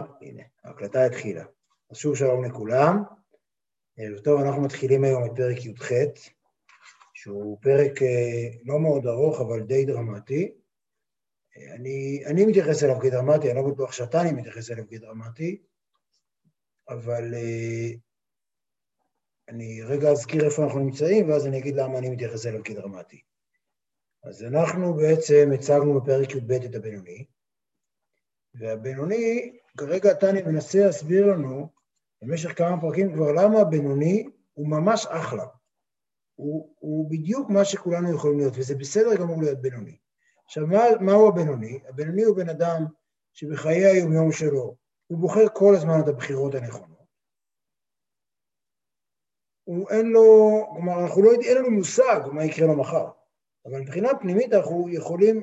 הנה, ההקלטה התחילה. אז שוב שלום לכולם. טוב, אנחנו מתחילים היום את פרק י"ח, שהוא פרק לא מאוד ארוך, אבל די דרמטי. אני מתייחס אליו כדרמטי, אני לא בטוח שאתה אני מתייחס אליו כדרמטי, אבל אני רגע אזכיר איפה אנחנו נמצאים, ואז אני אגיד למה אני מתייחס אליו כדרמטי. אז אנחנו בעצם הצגנו בפרק י"ב את הבינוני, והבינוני, כרגע תני מנסה להסביר לנו, במשך כמה פרקים כבר, למה הבינוני הוא ממש אחלה. הוא בדיוק מה שכולנו יכולים להיות, וזה בסדר גמור להיות בינוני. עכשיו, מהו הבינוני? הבינוני הוא בן אדם שבחיי היום-יום שלו, הוא בוחר כל הזמן את הבחירות הנכונות. אין לנו מושג מה יקרה לו מחר. אבל מבחינה פנימית אנחנו יכולים,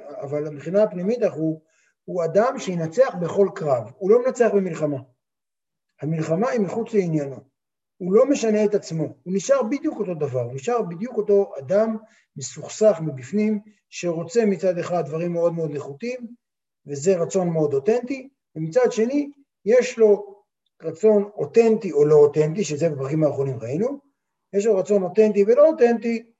הוא אדם שינצח בכל קרב, הוא לא מנצח במלחמה. המלחמה היא מחוץ לעניינו, הוא לא משנה את עצמו, הוא נשאר בדיוק אותו דבר, הוא נשאר בדיוק אותו אדם מסוכסך מבפנים, שרוצה מצד אחד דברים מאוד מאוד נחותים, וזה רצון מאוד אותנטי, ומצד שני יש לו רצון אותנטי או לא אותנטי, שזה בפרקים האחרונים ראינו, יש לו רצון אותנטי ולא אותנטי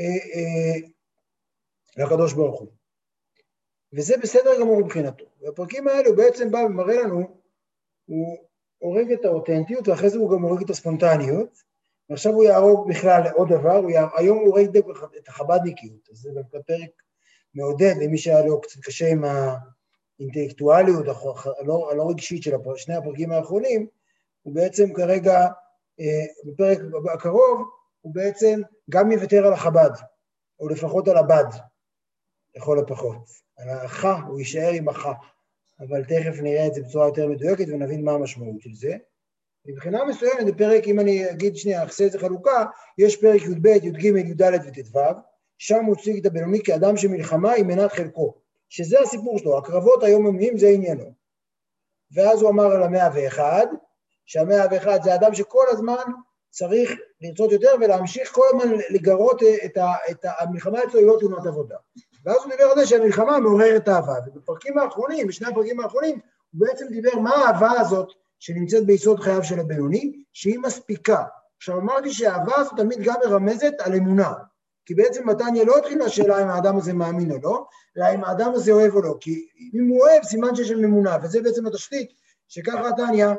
לקדוש ברוך הוא. וזה בסדר גמור מבחינתו. והפרקים האלה הוא בעצם בא ומראה לנו, הוא הורג את האותנטיות, ואחרי זה הוא גם הורג את הספונטניות, ועכשיו הוא יהרוג בכלל עוד דבר, היום הוא הורג את החבדניקיות, אז זה פרק מעודד למי שהיה לו קצת קשה עם האינטלקטואליות הלא רגשית של שני הפרקים האחרונים, הוא בעצם כרגע, בפרק הקרוב, הוא בעצם גם יוותר על החבד, או לפחות על הבד, לכל הפחות. על האחה, הוא יישאר עם אחה, אבל תכף נראה את זה בצורה יותר מדויקת ונבין מה המשמעות של זה. מבחינה מסוימת, בפרק, אם אני אגיד שנייה, אעשה את זה חלוקה, יש פרק י"ב, י"ג, י"ד וט"ו, שם הוא הציג את הבינוני כאדם שמלחמה היא מנת חלקו, שזה הסיפור שלו, הקרבות היומיומיים זה עניינו. ואז הוא אמר על 101, שה-101 זה אדם שכל הזמן צריך לרצות יותר ולהמשיך כל הזמן לגרות את המלחמה אצלו היא לא תאונת עבודה. ואז הוא דיבר על זה שהמלחמה מעוררת אהבה, ובפרקים האחרונים, בשני הפרקים האחרונים, הוא בעצם דיבר מה האהבה הזאת שנמצאת ביסוד חייו של הבינוני, שהיא מספיקה. עכשיו אמרתי שהאהבה הזאת תמיד גם מרמזת על אמונה, כי בעצם מתניה לא התחיל לשאלה אם האדם הזה מאמין או לא, אלא אם האדם הזה אוהב או לא, כי אם הוא אוהב סימן שיש אמונה, וזה בעצם התשתית שככה מתניה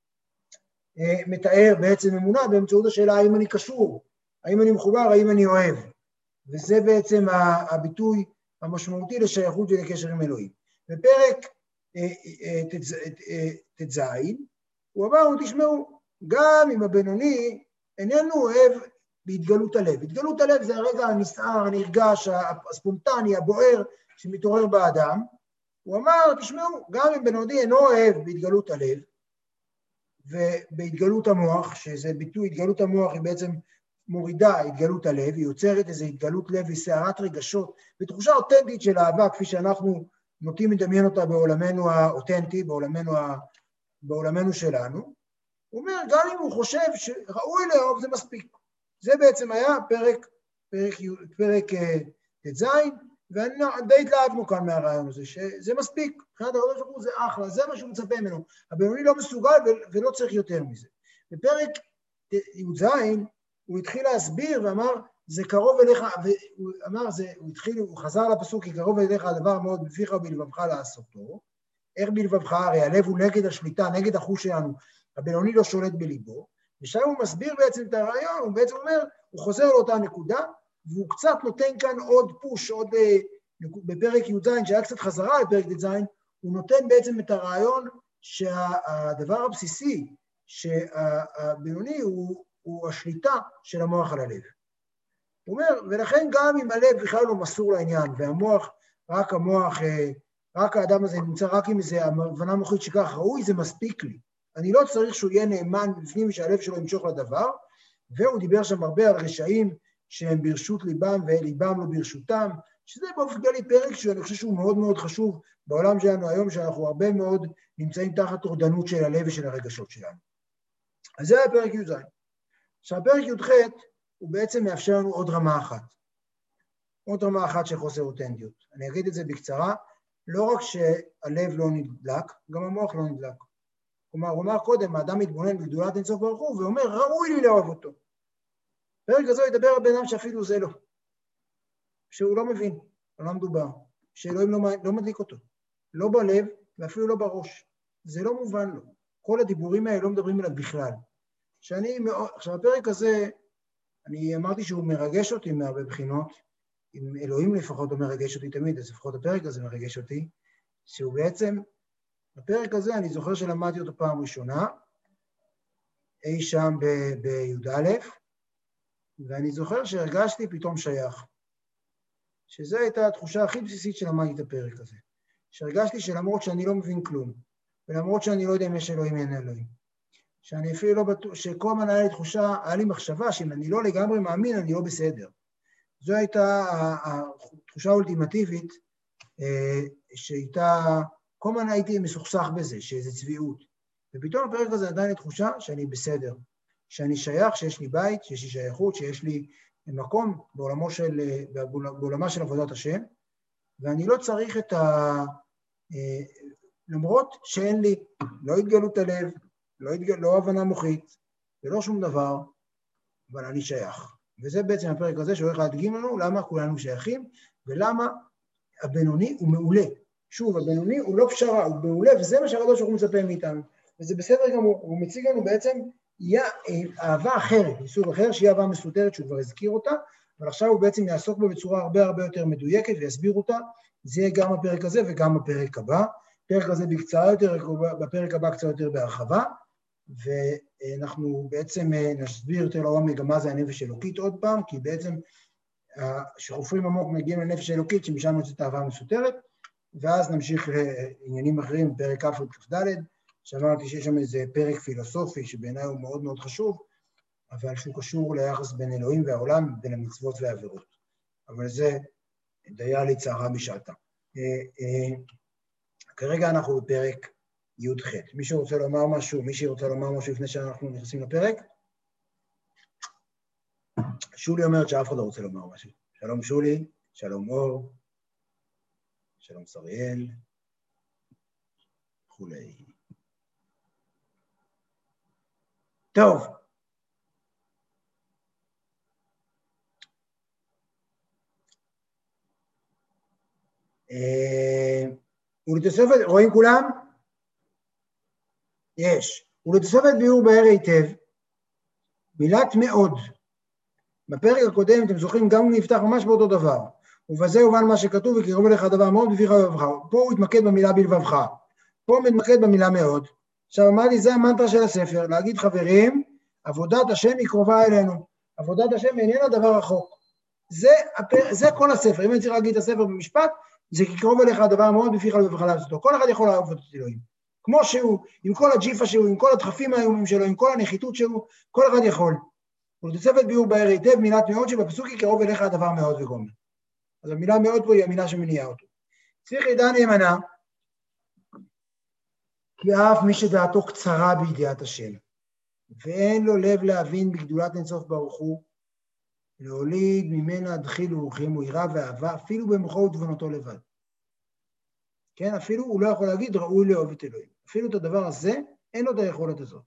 מתאר בעצם אמונה באמצעות השאלה האם אני קשור, האם אני מחובר, האם אני אוהב. וזה בעצם הביטוי המשמעותי לשייכות ולקשר עם אלוהים. בפרק ט"ז, הוא אמר, תשמעו, גם אם הבינוני איננו אוהב בהתגלות הלב. התגלות הלב זה הרגע הנסער, הנרגש, הספונטני, הבוער שמתעורר באדם. הוא אמר, תשמעו, גם אם בינוני אינו אוהב בהתגלות הלב, ובהתגלות המוח, שזה ביטוי, התגלות המוח היא בעצם מורידה התגלות הלב, היא יוצרת איזו התגלות לב, היא סערת רגשות, ותחושה אותנטית של אהבה, כפי שאנחנו נוטים לדמיין אותה בעולמנו האותנטי, בעולמנו שלנו. הוא אומר, גם אם הוא חושב שראוי לאהוב, זה מספיק. זה בעצם היה פרק ט"ז, ודי התלהבנו כאן מהרעיון הזה, שזה מספיק, מבחינת הקדוש ברוך הוא זה אחלה, זה מה שהוא מצפה ממנו. הבינוני לא מסוגל ולא צריך יותר מזה. בפרק י"ז, הוא התחיל להסביר ואמר, זה קרוב אליך, והוא אמר, הוא חזר לפסוק, כי קרוב אליך הדבר מאוד בפיך ובלבבך לעשותו. איך בלבבך? הרי הלב הוא נגד השליטה, נגד החוש שלנו, הבינוני לא שולט בליבו, ושם הוא מסביר בעצם את הרעיון, הוא בעצם אומר, הוא חוזר לאותה נקודה, והוא קצת נותן כאן עוד פוש, עוד בפרק י"ז, שהיה קצת חזרה לפרק ט"ז, הוא נותן בעצם את הרעיון שהדבר הבסיסי, שהבינוני הוא השליטה של המוח על הלב. הוא אומר, ולכן גם אם הלב בכלל לא מסור לעניין, והמוח, רק האדם הזה נמצא רק עם איזו הבנה מוחית שכך ראוי, זה מספיק לי. אני לא צריך שהוא יהיה נאמן בפנים ושהלב שלו ימשוך לדבר, והוא דיבר שם הרבה על רשעים שהם ברשות ליבם וליבם לא ברשותם, שזה באופן כללי פרק שאני חושב שהוא מאוד מאוד חשוב בעולם שלנו היום, שאנחנו הרבה מאוד נמצאים תחת טורדנות של הלב ושל הרגשות שלנו. אז זה היה פרק י"ז. עכשיו פרק י"ח הוא בעצם מאפשר לנו עוד רמה אחת של חוסר אותנטיות. אני אגיד את זה בקצרה, לא רק שהלב לא נדלק, גם המוח לא נדלק. כלומר, הוא אמר קודם, האדם מתבונן בגדולת אינסוף ברוך הוא, ואומר, ראוי לי לאהוב אותו. פרק הזה ידבר על בן אדם שאפילו זה לא. שהוא לא מבין, לא מדובר, שאלוהים לא מדליק אותו. לא בלב, ואפילו לא בראש. זה לא מובן לו. כל הדיבורים האלה לא מדברים עליו בכלל. עכשיו, הפרק הזה, אני אמרתי שהוא מרגש אותי מהרבה בחינות, אם אלוהים לפחות לא מרגש אותי תמיד, אז לפחות הפרק הזה מרגש אותי, שהוא בעצם, הפרק הזה אני זוכר שלמדתי אותו פעם ראשונה, אי שם בי"א, ואני זוכר שהרגשתי פתאום שייך. שזו הייתה התחושה הכי בסיסית שלמדתי את הפרק הזה. שהרגשתי שלמרות שאני לא מבין כלום, ולמרות שאני לא יודע אם יש אלוהים אין אלוהים, שאני אפילו לא בטוח, שכל הזמן היה לי תחושה, היה לי מחשבה שאם אני לא לגמרי מאמין, אני לא בסדר. זו הייתה התחושה האולטימטיבית, שהייתה, כל הזמן הייתי מסוכסך בזה, שזה צביעות. ופתאום הפרק הזה עדיין תחושה שאני בסדר, שאני שייך, שיש לי בית, שיש לי שייכות, שיש לי מקום בעולמה של עבודת השם, ואני לא צריך את למרות שאין לי לא התגלות הלב, לא הבנה מוחית, ולא שום דבר, אבל אני שייך. וזה בעצם הפרק הזה שהולך להדגים לנו למה כולנו שייכים, ולמה הבינוני הוא מעולה. שוב, הבינוני הוא לא פשרה, הוא מעולה, וזה מה שהקדוש ברוך הוא מצפה מאיתנו. וזה בסדר גמור, הוא מציג לנו בעצם אהבה אחרת, מסוג אחר, שהיא אהבה מסותרת שהוא כבר הזכיר אותה, אבל עכשיו הוא בעצם יעסוק בה בצורה הרבה יותר מדויקת ויסביר אותה. זה יהיה גם הפרק הזה וגם הפרק הבא. הפרק הזה בקצרה יותר, בפרק הבא קצת יותר בהרחבה, ואנחנו בעצם נסביר יותר לעומק גם מה זה הנפש אלוקית עוד פעם, כי בעצם שחופרים עמוק מגיעים לנפש אלוקית, שמשם נוצאת אהבה מסותרת, ואז נמשיך לעניינים אחרים, פרק כ' וכ"ד, שאמרתי שיש שם איזה פרק פילוסופי, שבעיניי הוא מאוד מאוד חשוב, אבל שהוא קשור ליחס בין אלוהים והעולם, בין המצוות והעבירות. אבל זה דיה לצערה בשעתה. כרגע אנחנו בפרק י"ח. מישהו רוצה לומר משהו? מישהי רוצה לומר משהו לפני שאנחנו נכנסים לפרק? שולי אומרת שאף אחד לא רוצה לומר משהו. שלום שולי, שלום אור, שלום שריאל, וכולי. טוב. ולתוספת, רואים כולם? יש. ולתוספת ביאור בהר היטב, מילת מאוד. בפרק הקודם, אתם זוכרים, גם הוא נפתח ממש באותו דבר. ובזה יובן מה שכתוב, וקרוב לך הדבר מאוד בפיך ובבך. פה הוא התמקד במילה בלבבך. פה הוא מתמקד במילה מאוד. עכשיו אמרתי, זה המנטרה של הספר, להגיד חברים, עבודת השם היא קרובה אלינו. עבודת השם איננה דבר רחוק. זה כל הספר. אם אני צריך להגיד את הספר במשפט, זה כי קרוב אליך הדבר מאוד בפיך ובבך לעשותו. כל אחד יכול לאהוב את אלוהים. כמו שהוא, עם כל הג'יפה שהוא, עם כל הדחפים האיומים שלו, עם כל הנחיתות שלו, כל אחד יכול. ולתוספת ביאור בהר היטב, מילת מאוד שבפסוק היא קרוב אליך הדבר מאוד וגומר. אז המילה מאוד פה היא המילה שמניעה אותו. צריך ידע נאמנה, כי אף מי שדעתו קצרה בידיעת השם, ואין לו לב להבין בגדולת אינסוף ברוך הוא, להוליד ממנה דחיל ורוחים ויראה ואהבה, אפילו במוחו ותבונתו לבד. כן, אפילו הוא לא יכול להגיד ראוי לאהוב את אלוהים. אפילו את הדבר הזה, אין לו את היכולת הזאת.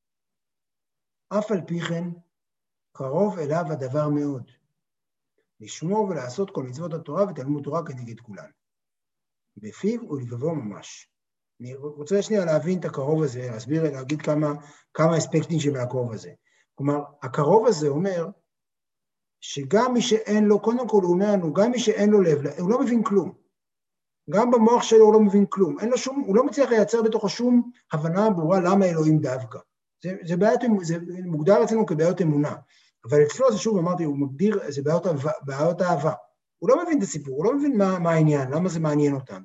אף על פי כן, קרוב אליו הדבר מאוד. לשמור ולעשות כל מצוות התורה ותלמוד תורה כנגד כולן. בפיו ולבבו ממש. אני רוצה שנייה להבין את הקרוב הזה, להגיד כמה אספקטים של הקרוב הזה. כלומר, הקרוב הזה אומר, שגם מי שאין לו, קודם כל הוא אומר לנו, גם מי שאין לו לב, הוא לא מבין כלום. גם במוח שלו הוא לא מבין כלום. הוא לא מצליח לייצר בתוכו שום הבנה ברורה למה אלוהים דווקא. זה מוגדר אצלנו כבעיות אמונה. אבל אצלו זה שוב, אמרתי, הוא מגדיר, זה בעיות אהבה. הוא לא מבין את הסיפור, הוא לא מבין מה העניין, למה זה מעניין אותנו.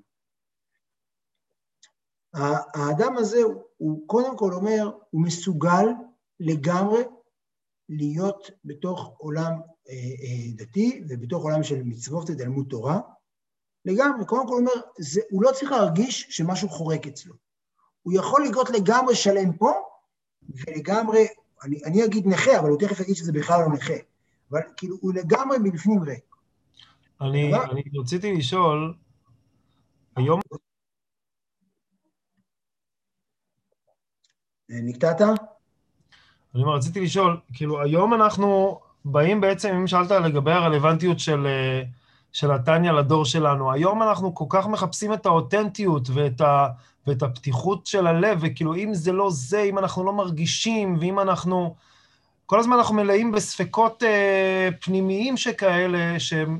האדם הזה, הוא קודם כל אומר, הוא מסוגל לגמרי להיות בתוך עולם דתי, ובתוך עולם של מצוות ותלמוד תורה, לגמרי, קודם כל הוא אומר, הוא לא צריך להרגיש שמשהו חורק אצלו. הוא יכול לגלות לגמרי שלם פה, ולגמרי, אני אגיד נכה, אבל הוא תכף יגיד שזה בכלל לא נכה. אבל כאילו, הוא לגמרי מבפנים ריק. אני רציתי לשאול, היום נקטעת? אני אומר, רציתי לשאול, כאילו, היום אנחנו באים בעצם, אם שאלת לגבי הרלוונטיות של התניא לדור שלנו, היום אנחנו כל כך מחפשים את האותנטיות ואת הפתיחות של הלב, וכאילו, אם זה לא זה, אם אנחנו לא מרגישים, ואם אנחנו... כל הזמן אנחנו מלאים בספקות פנימיים שכאלה,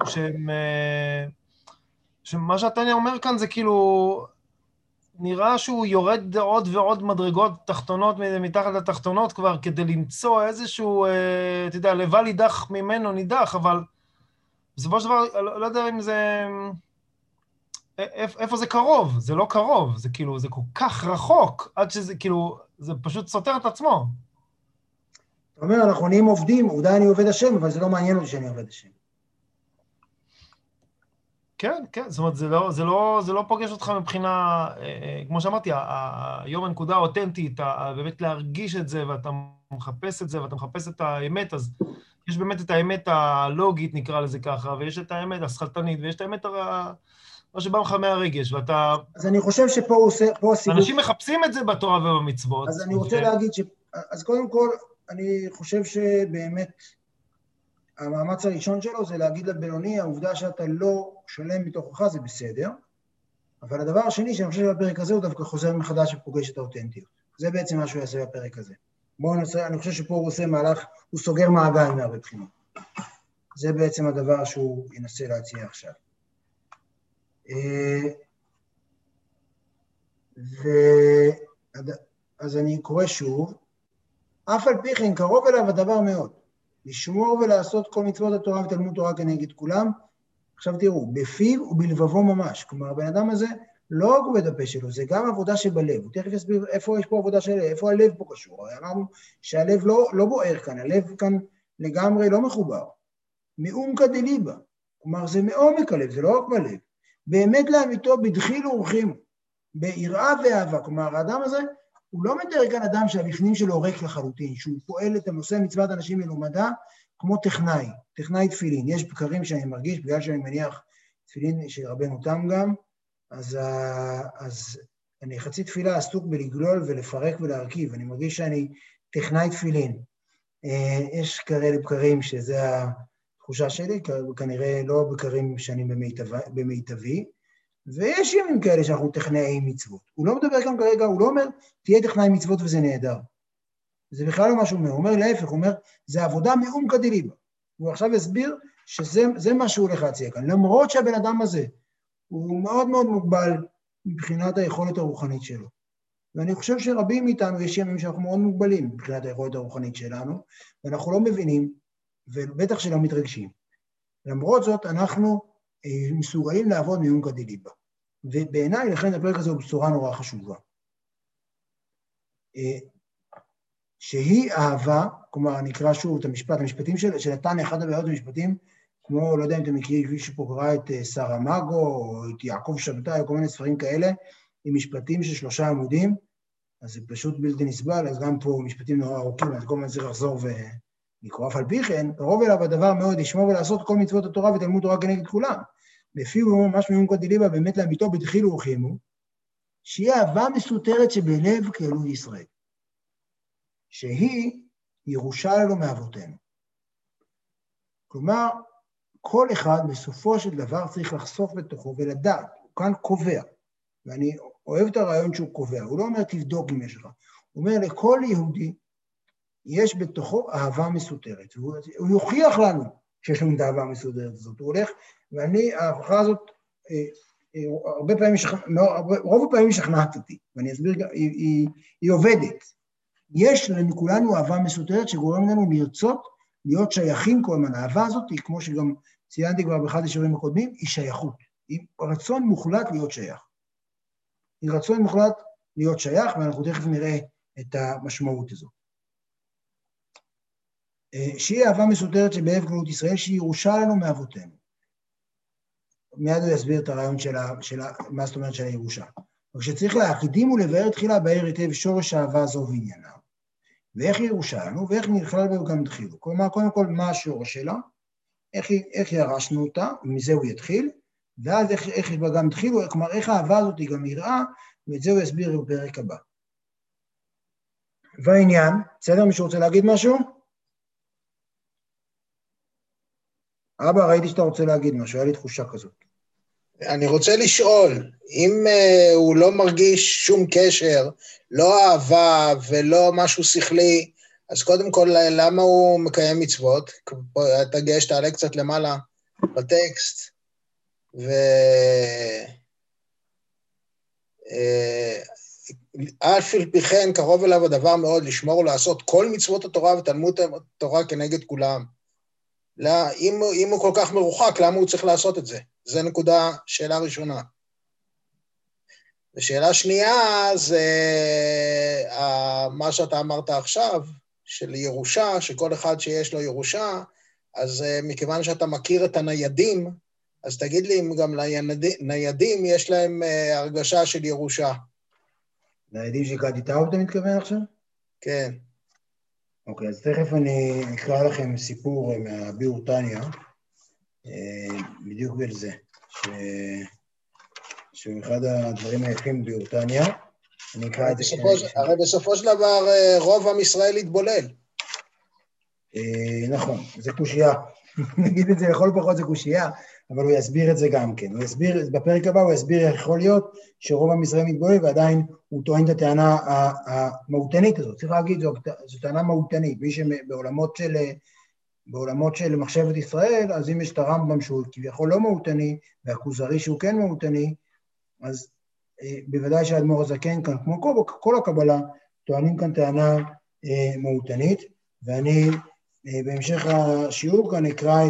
שמה שהתניא אומר כאן זה כאילו... נראה שהוא יורד עוד ועוד מדרגות תחתונות מתחת לתחתונות כבר, כדי למצוא איזשהו, אתה יודע, לבל יידח ממנו נידח, אבל בסופו של דבר, לא יודע אם זה... איפה זה קרוב? זה לא קרוב, זה כאילו, זה כל כך רחוק, עד שזה כאילו, זה פשוט סותר את עצמו. אתה אומר, אנחנו נהיים עובדים, עובדה אני עובד השם, אבל זה לא מעניין אותי שאני עובד השם. כן, כן, זאת אומרת, זה לא פוגש אותך מבחינה, כמו שאמרתי, היום הנקודה האותנטית, באמת להרגיש את זה, ואתה מחפש את זה, ואתה מחפש את האמת, אז יש באמת את האמת הלוגית, נקרא לזה ככה, ויש את האמת השכלתנית, ויש את האמת מה שבא לך מהרגש, ואתה... אז אני חושב שפה הוא עושה, פה הסיבוב... אנשים מחפשים את זה בתורה ובמצוות. אז אני רוצה להגיד אז קודם כל, אני חושב שבאמת, המאמץ הראשון שלו זה להגיד לבינוני, העובדה שאתה לא שלם בתוכך זה בסדר, אבל הדבר השני שאני חושב בפרק הזה הוא דווקא חוזר מחדש ופוגש את האותנטיות. זה בעצם מה שהוא יעשה בפרק הזה. בואו נעשה, אני חושב שפה הוא עושה מהלך, הוא סוגר מעגל מהרבה בחינות. זה בעצם הדבר שהוא ינסה להציע עכשיו. אז אני קורא שוב, אף על פי כן קרוב אליו הדבר מאוד, לשמור ולעשות כל מצוות התורה ותלמוד תורה כנגד כולם. עכשיו תראו, בפיו ובלבבו ממש, כלומר הבן אדם הזה לא רק עובד הפה שלו, זה גם עבודה שבלב, הוא תכף יסביר איפה יש פה עבודה של לב, איפה הלב פה קשור, אמרנו שהלב לא בוער כאן, הלב כאן לגמרי לא מחובר, מעומקא דליבא, כלומר זה מעומק הלב, זה לא רק בלב, באמת לאמיתו בדחילו ורחימו, ביראה ואהבה, כלומר האדם הזה הוא לא מתאר כאן אדם שהבפנים שלו ריק לחלוטין, שהוא פועל את הנושא מצוות אנשים מלומדה כמו טכנאי תפילין. יש בקרים שאני מרגיש, בגלל שאני מניח תפילין שרבנו תם גם, אז אני חצי תפילה עסוק בלגלול ולפרק ולהרכיב, אני מרגיש שאני טכנאי תפילין. יש כאלה בקרים שזה התחושה שלי, כנראה לא בקרים שאני במיטבי, ויש ימים כאלה שאנחנו טכנאי מצוות. הוא לא מדבר כאן כרגע, הוא לא אומר, תהיה טכנאי מצוות וזה נהדר. זה בכלל לא מה שהוא אומר, הוא אומר להפך, הוא אומר, זה עבודה מעומקא דליבא. הוא עכשיו הסביר שזה מה שהוא הולך להציע כאן, למרות שהבן אדם הזה הוא מאוד מאוד מוגבל מבחינת היכולת הרוחנית שלו. ואני חושב שרבים מאיתנו יש ימים שאנחנו מאוד מוגבלים מבחינת היכולת הרוחנית שלנו, ואנחנו לא מבינים, ובטח שלא מתרגשים. למרות זאת, אנחנו מסוגלים לעבוד מעומקא דליבא. ובעיניי, לכן הפרק הזה הוא בשורה נורא חשובה. שהיא אהבה, כלומר, נקרא שוב את המשפטים של התניא, אחד הבעיות המשפטים, כמו, לא יודע אם אתם מכירים, כפי שפה קרא את סרמגו, או את יעקב שבתאי, או כל מיני ספרים כאלה, עם משפטים של 3 עמודים, אז זה פשוט בלתי נסבל, אז גם פה משפטים נורא ארוכים, אז כל מיני צריך לחזור ולקרוא. אף על פי כן, קרוב אליו הדבר מאוד, לשמור ולעשות כל מצוות התורה ותלמוד תורה כנגד כולם. לפיו הוא ממש מעומקא דליבא, באמת לאמיתו בדחילו ורחימו, שהיא אהבה מסותרת שבלב כאלוהי ישראל. שהיא ירושה לו מאבותינו. כלומר, כל אחד בסופו של דבר צריך לחשוף בתוכו ולדעת, הוא כאן קובע, ואני אוהב את הרעיון שהוא קובע, הוא לא אומר תבדוק אם יש לך, הוא אומר לכל יהודי יש בתוכו אהבה מסותרת, הוא יוכיח לנו שיש לנו את האהבה המסותרת הזאת, הוא הולך, ואני, ההוכחה הזאת, רוב הפעמים שכנעת אותי, ואני אסביר, היא עובדת, יש לכולנו אהבה מסותרת שגורם לנו לרצות להיות שייכים כל הזמן. האהבה הזאת היא, כמו שגם ציינתי כבר באחד השיעורים הקודמים, היא שייכות. היא רצון מוחלט להיות שייך. היא רצון מוחלט להיות שייך, ואנחנו תכף נראה את המשמעות הזאת. שהיא אהבה מסותרת שבלב כללות ישראל, שהיא ירושה לנו מאבותינו. מיד הוא יסביר את הרעיון של מה זאת אומרת של הירושה. וכשצריך להקדים ולבאר תחילה בהר היטב שורש האהבה הזו ועניינה. ואיך היא ירושה לנו, ואיך נכלל בה גם התחילו. כלומר, קודם כל, מה השורש שלה, איך ירשנו אותה, ומזה הוא יתחיל, ואז איך היא גם התחילו, כלומר, איך האהבה הזאת היא גם יראה, ואת זה הוא יסביר בפרק הבא. והעניין, בסדר? מישהו רוצה להגיד משהו? אבא, ראיתי שאתה רוצה להגיד משהו, היה לי תחושה כזאת. אני רוצה לשאול, אם הוא לא מרגיש שום קשר, לא אהבה ולא משהו שכלי, אז קודם כל, למה הוא מקיים מצוות? תגש, תעלה קצת למעלה בטקסט, אף על פי כן קרוב אליו הדבר מאוד לשמור ולעשות כל מצוות התורה ותלמוד התורה כנגד כולם. אם הוא כל כך מרוחק, למה הוא צריך לעשות את זה? זה נקודה, שאלה ראשונה. ושאלה שנייה, זה מה שאתה אמרת עכשיו, של ירושה, שכל אחד שיש לו ירושה, אז מכיוון שאתה מכיר את הניידים, אז תגיד לי אם גם לניידים יש להם הרגשה של ירושה. ניידים שקעתי טאוב אתה מתכוון עכשיו? כן. אוקיי, אז תכף אני אקרא לכם סיפור מהביאור תניא, בדיוק על זה, שהוא אחד הדברים היפים ביאור תניא, אני אקרא את זה. הרי בסופו של דבר רוב עם ישראל יתבולל. נכון, זה קושייה, נגיד את זה לכל פחות זה קושייה, אבל הוא יסביר את זה גם כן, הוא יסביר, בפרק הבא הוא יסביר איך יכול להיות שרוב עם ישראל מתבולל, ועדיין הוא טוען את הטענה המהותנית הזאת, צריך להגיד, זו טענה מהותנית, מי שבעולמות של מחשבת ישראל, אז אם יש את הרמב"ם שהוא כביכול לא מהותני, והכוזרי שהוא כן מהותני, אז בוודאי שהאדמו"ר הזקן כאן, כמו כל הקבלה, טוענים כאן טענה מהותנית, ואני בהמשך השיעור כאן אקרא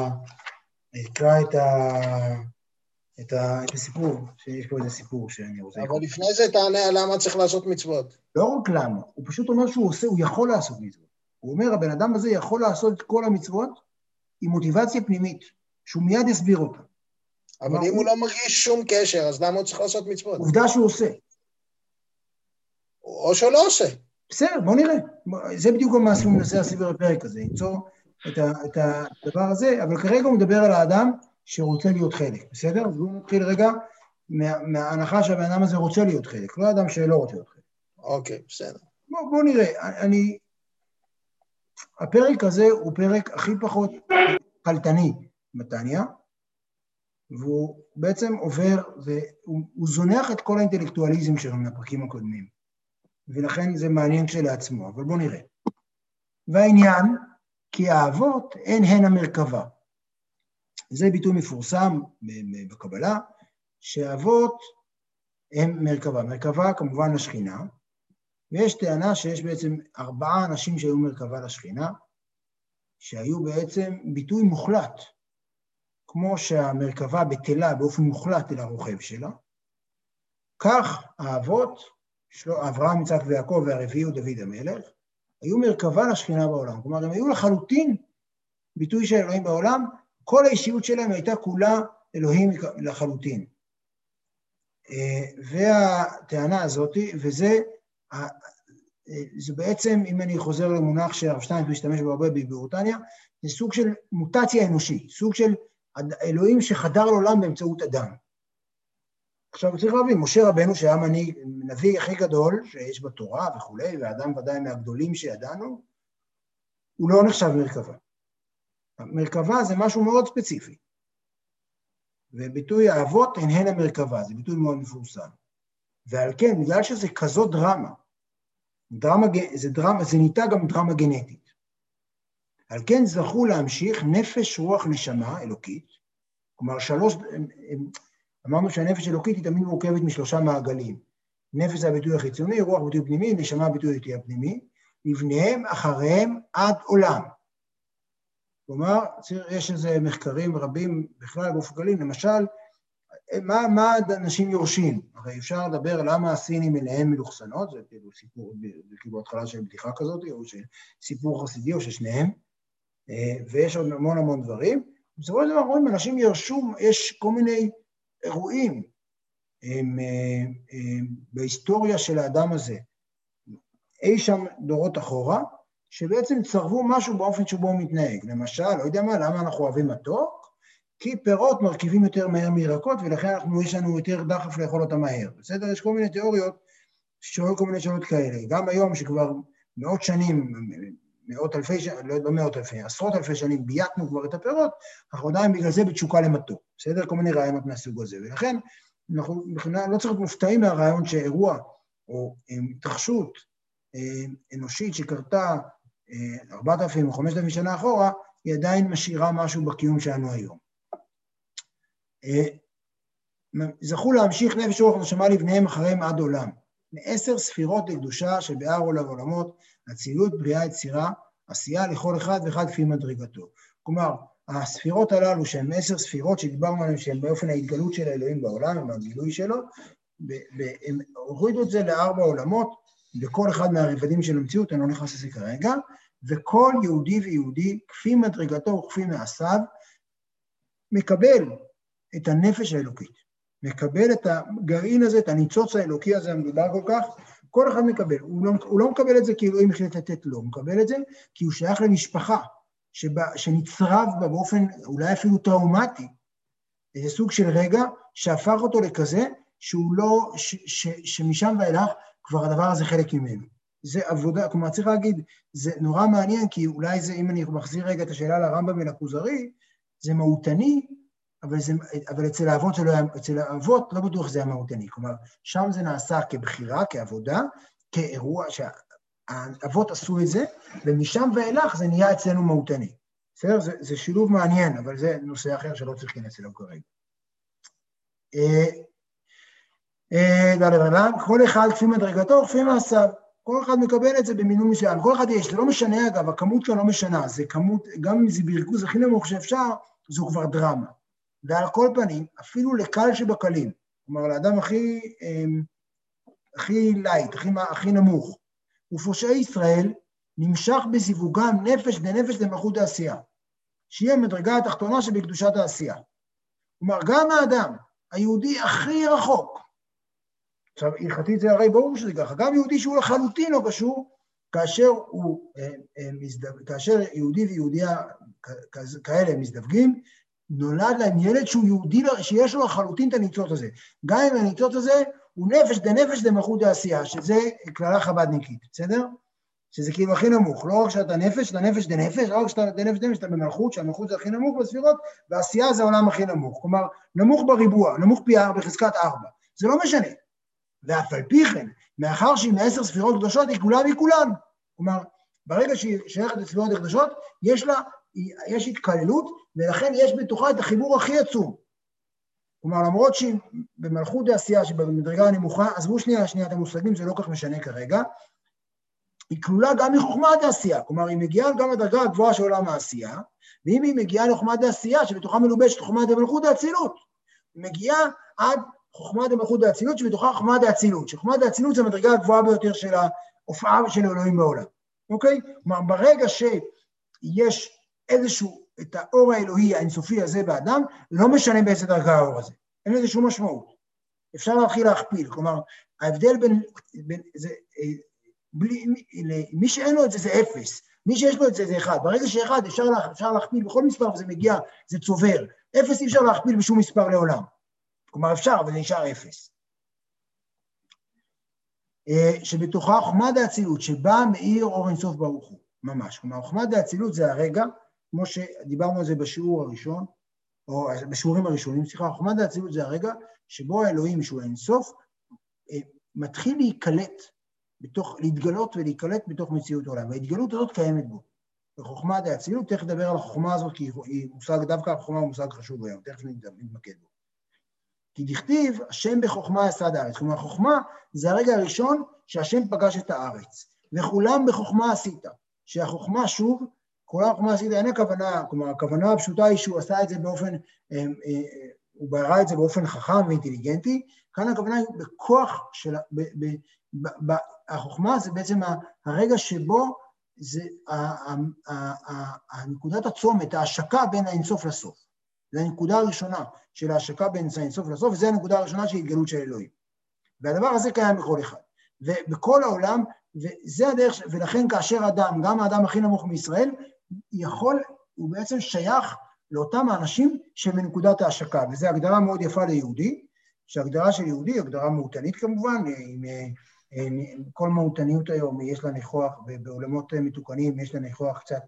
את הסיפור, שיש פה איזה סיפור שאני רוצה. אבל לפני זה תענה למה צריך לעשות מצוות. לא רק למה, הוא פשוט אומר שהוא יכול לעשות מצוות. הוא אומר, הבן אדם הזה יכול לעשות את כל המצוות עם מוטיבציה פנימית, שהוא מיד יסביר אותה. אבל אם הוא לא מרגיש שום קשר, אז למה הוא צריך לעשות מצוות? עובדה שהוא עושה. או שהוא לא עושה. בסדר, בוא נראה. זה בדיוק מה שהוא מנסה להסביר בפרק הזה, ליצור את הדבר הזה, אבל כרגע הוא מדבר על האדם שרוצה להיות חלק, בסדר? אז הוא מתחיל רגע מההנחה שהבן אדם הזה רוצה להיות חלק, לא האדם שלא רוצה להיות חלק. אוקיי, בסדר. בוא נראה, הפרק הזה הוא פרק הכי פחות חלטני בתניא, והוא בעצם עובר, הוא זונח את כל האינטלקטואליזם שלו מהפרקים הקודמים, ולכן זה מעניין כשלעצמו, אבל בוא נראה. והעניין, כי האהבות הן המרכבה. זה ביטוי מפורסם בקבלה, שהאהבות הן מרכבה. מרכבה כמובן לשכינה, ויש טענה שיש בעצם 4 אנשים שהיו מרכבה לשכינה, שהיו בעצם ביטוי מוחלט, כמו שהמרכבה בטלה באופן מוחלט אל הרוכב שלה, כך האבות, אברהם, יצחק ויעקב והרביעי הוא דוד המלך, היו מרכבה לשכינה בעולם. כלומר, הם היו לחלוטין ביטוי של אלוהים בעולם, כל האישיות שלהם הייתה כולה אלוהים לחלוטין. והטענה הזאת, וזה זה בעצם, אם אני חוזר למונח שהרב שטיינזלץ משתמש בו הרבה בביאור תניא, זה סוג של מוטציה אנושית, סוג של אלוהים שחדר לעולם באמצעות אדם. עכשיו צריך להבין, משה רבנו שהיה הנביא הכי גדול שיש בתורה וכולי, והאדם ודאי מהגדולים שידענו, הוא לא נחשב מרכבה. מרכבה זה משהו מאוד ספציפי. וביטוי האבות הן המרכבה, זה ביטוי מאוד מפורסם. ועל כן, בגלל שזה כזאת דרמה, זה ניתה גם דרמה גנטית. על כן זכו להמשיך נפש, רוח, נשמה אלוקית, כלומר אמרנו שהנפש אלוקית היא תמיד מורכבת מ3 מעגלים. נפש זה הביטוי החיצוני, רוח ביטוי פנימי, נשמה ביטוי הפנימי, לבניהם אחריהם עד עולם. כלומר, יש איזה מחקרים רבים בכלל באופן כללי, למשל, מה אנשים יורשים? הרי אפשר לדבר למה הסינים אליהם מלוכסנות, זה סיפור, כאילו התחלה של בדיחה כזאת, או של סיפור חסידי, או ששניהם, ויש עוד המון דברים. בסופו של דבר רואים, אנשים ירשו, יש כל מיני אירועים בהיסטוריה של האדם הזה, אי שם דורות אחורה, שבעצם צרבו משהו באופן שבו הוא מתנהג. למשל, לא יודע מה, למה אנחנו אוהבים מתוק? כי פירות מרכיבים יותר מהר מירקות, ולכן יש לנו יותר דחף לאכול אותם מהר. בסדר? יש כל מיני תיאוריות ששואל כל מיני שאלות כאלה. גם היום שכבר מאות שנים, מאות אלפי, לא מאות אלפי, עשרות אלפי שנים, בייתנו כבר את הפירות, אנחנו עדיין בגלל זה בתשוקה למתוק, בסדר? כל מיני רעיונות מהסוג הזה, ולכן אנחנו לא צריך להיות מופתעים מהרעיון שאירוע או התרחשות אנושית שקרתה 4,000 או 5,000 שנה אחורה, היא עדיין משאירה משהו בקיום שלנו היום. זכו להמשיך נפש רוח ונשמה לבניהם אחריהם עד עולם. 10 ספירות לקדושה שבאר עולם עולמות, אצילות, בריאה, יצירה, עשייה לכל אחד ואחד לפי מדרגתו. כלומר, הספירות הללו שהן 10 ספירות שדיברנו עליהן שהן באופן ההתגלות של האלוהים בעולם, עם הגילוי שלו, הם הורידו את זה ל4 עולמות, בכל אחד מהרבדים של המציאות, אני לא נכנס לזה כרגע, וכל יהודי ויהודי, כפי מדרגתו וכפי מעשיו, מקבל את הנפש האלוקית. מקבל את הגרעין הזה, את הניצוץ האלוקי הזה, המדובר כל כך, כל אחד מקבל. הוא לא מקבל את זה כי אלוהים החליט לתת לו, הוא מקבל את זה כי הוא שייך למשפחה, שנצרב בה באופן אולי אפילו טראומטי, איזה סוג של רגע שהפך אותו לכזה, שהוא לא, שמשם ואילך כבר הדבר הזה חלק ממנו. זה עבודה, כלומר צריך להגיד, זה נורא מעניין, כי אולי זה, אם אני מחזיר רגע את השאלה לרמב"ם ולכוזרי, זה מהותני, אבל אצל האבות לא בטוח זה המהותני, כלומר, שם זה נעשה כבחירה, כעבודה, כאירוע שהאבות עשו את זה, ומשם ואילך זה נהיה אצלנו מהותני. בסדר? זה שילוב מעניין, אבל זה נושא אחר שלא צריך להיכנס אליו כרגע. כל אחד כפי מדרגתו, כפי מעשיו, כל אחד מקבל את זה במינון מסוים, כל אחד יש, זה לא משנה אגב, הכמות כאן לא משנה, זה כמות, גם אם זה בריכוז הכי נמוך שאפשר, זו כבר דרמה. ועל כל פנים, אפילו לקל שבקלים, כלומר, לאדם הכי לייט, הכי נמוך, ופושעי ישראל נמשך בזיווגם נפש דנפש למלכות העשייה, שהיא המדרגה התחתונה שבקדושת העשייה. כלומר, גם האדם, היהודי הכי רחוק, עכשיו, הלכתית זה הרי ברור שזה ככה, גם יהודי שהוא לחלוטין לא קשור, כאשר יהודי ויהודיה כאלה מזדווגים, נולד להם ילד שהוא יהודי, שיש לו לחלוטין את הניצוץ הזה. גם אם הניצוץ הזה הוא נפש דנפש למלכות העשייה, שזה כללה חב"דניקית, בסדר? שזה כאילו הכי נמוך, לא רק שאתה נפש, אתה נפש דנפש, לא רק שאתה נפש דנפש, אתה במלכות, שהמלכות זה הכי נמוך בספירות, והעשייה זה העולם הכי נמוך. כלומר, נמוך בריבוע, נמוך פי 4 בחזקת 4. זה לא משנה. ואף על פי כן, מאחר שהיא מ10 ספירות קדושות, היא כולה מכולן. כלומר, ברגע שהיא שייכת לספירות הקדושות, יש התקללות, ולכן יש בתוכה את החיבור הכי עצום. כלומר, למרות שהיא במלכות העשייה, שבמדרגה הנמוכה, עזבו שנייה את המושגים, זה לא כך משנה כרגע, היא כלולה גם מחוכמת העשייה, כלומר, היא מגיעה גם לדרגה הגבוהה של עולם העשייה, ואם היא מגיעה לחוכמת העשייה, שבתוכה מלובשת חוכמת המלכות האצילות, היא מגיעה עד חוכמת המלכות האצילות, שבתוכה חוכמת האצילות, שחוכמת האצילות זה המדרגה הגבוהה ביותר של ההופעה של אלוהים בעולם. אוקיי? כלומר, ברגע שיש איזשהו, את האור האלוהי האינסופי הזה באדם, לא משנה באיזה דרגה האור הזה. אין לזה שום משמעות. אפשר להתחיל להכפיל, כלומר, ההבדל בין זה, מי שאין לו את זה זה 0, מי שיש לו את זה זה 1. ברגע ש1 אפשר להכפיל בכל מספר וזה מגיע, זה צובר. 0 אי אפשר להכפיל בשום מספר לעולם. כלומר, אפשר, אבל זה נשאר 0. שבתוכה חוכמת האצילות, שבה מאיר אור אינסוף ברוך הוא, ממש. כלומר, חוכמת האצילות זה הרגע, כמו שדיברנו על זה בשיעור הראשון, או בשיעורים הראשונים, סליחה, חוכמת האצילות זה הרגע שבו האלוהים שהוא אינסוף, מתחיל להתגלות ולהיקלט בתוך מציאות העולם, וההתגלות הזאת קיימת בו. וחוכמת האצילות, תכף נדבר על החוכמה הזאת, כי היא מושג, דווקא החוכמה הוא מושג חשוב היום, תכף נתמקד בו. כי דכתיב, השם בחוכמה יסד הארץ. כלומר, חוכמה זה הרגע הראשון שהשם פגש את הארץ. וכולם בחוכמה עשית. שהחוכמה שוב, כולם בחוכמה עשית, אין הכוונה, כלומר, הכוונה הפשוטה היא שהוא עשה את זה באופן, הוא ברא את זה באופן חכם ואינטליגנטי, כאן הכוונה היא בכוח של, החוכמה זה בעצם הרגע שבו זה הנקודת הצומת, ההשקה בין האינסוף לסוף. זו הנקודה הראשונה של ההשקה בין האינסוף לסוף, וזו הנקודה הראשונה של התגלות של אלוהים. והדבר הזה קיים בכל אחד. ובכל העולם, וזה הדרך, ולכן כאשר אדם, גם האדם הכי נמוך מישראל, הוא בעצם שייך לאותם האנשים שמנקודת ההשקה, וזו הגדרה מאוד יפה ליהודי, שהגדרה של יהודי, הגדרה מהותנית כמובן, כל מהותניות היום יש לה ניחוח, ובעולמות מתוקנים יש לה ניחוח קצת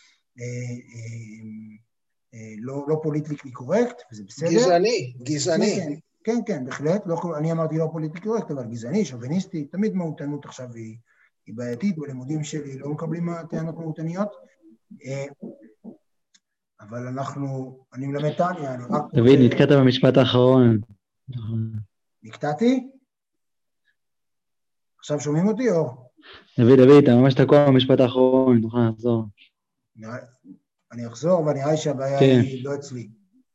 לא פוליטיקלי קורקט, וזה בסדר. גזעני. כן, בהחלט. אני אמרתי לא פוליטיקלי קורקט, אבל גזעני, שוביניסטי, תמיד מהותנות עכשיו היא בעייתית, בלימודים שלי לא מקבלים טענות מהותניות, אבל אני מלמד טניה, אני רק... דוד, נתקעת במשפט האחרון. נקטעתי? עכשיו שומעים אותי או? דוד, אתה ממש תקוע במשפט האחרון, תוכל לחזור. אני אחזור, אבל נראה לי שהבעיה היא לא אצלי.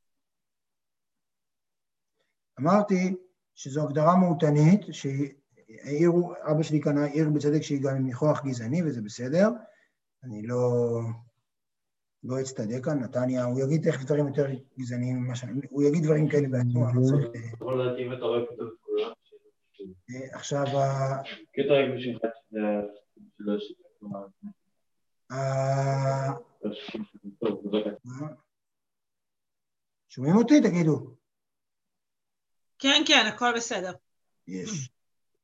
אמרתי שזו הגדרה מהותנית, אבא שלי כאן העיר בצדק שהיא גם עם ניחוח גזעני, וזה בסדר. אני לא אצטדק כאן, נתניה, הוא יגיד תכף דברים יותר גזעניים, הוא יגיד דברים כאלה בעצמו, אני לא צריך... יכול לדעת אם אתה רואה כתוב את כולם? עכשיו... קטע רק בשביל שלא יש... שומעים אותי? תגידו. כן, הכל בסדר. יש.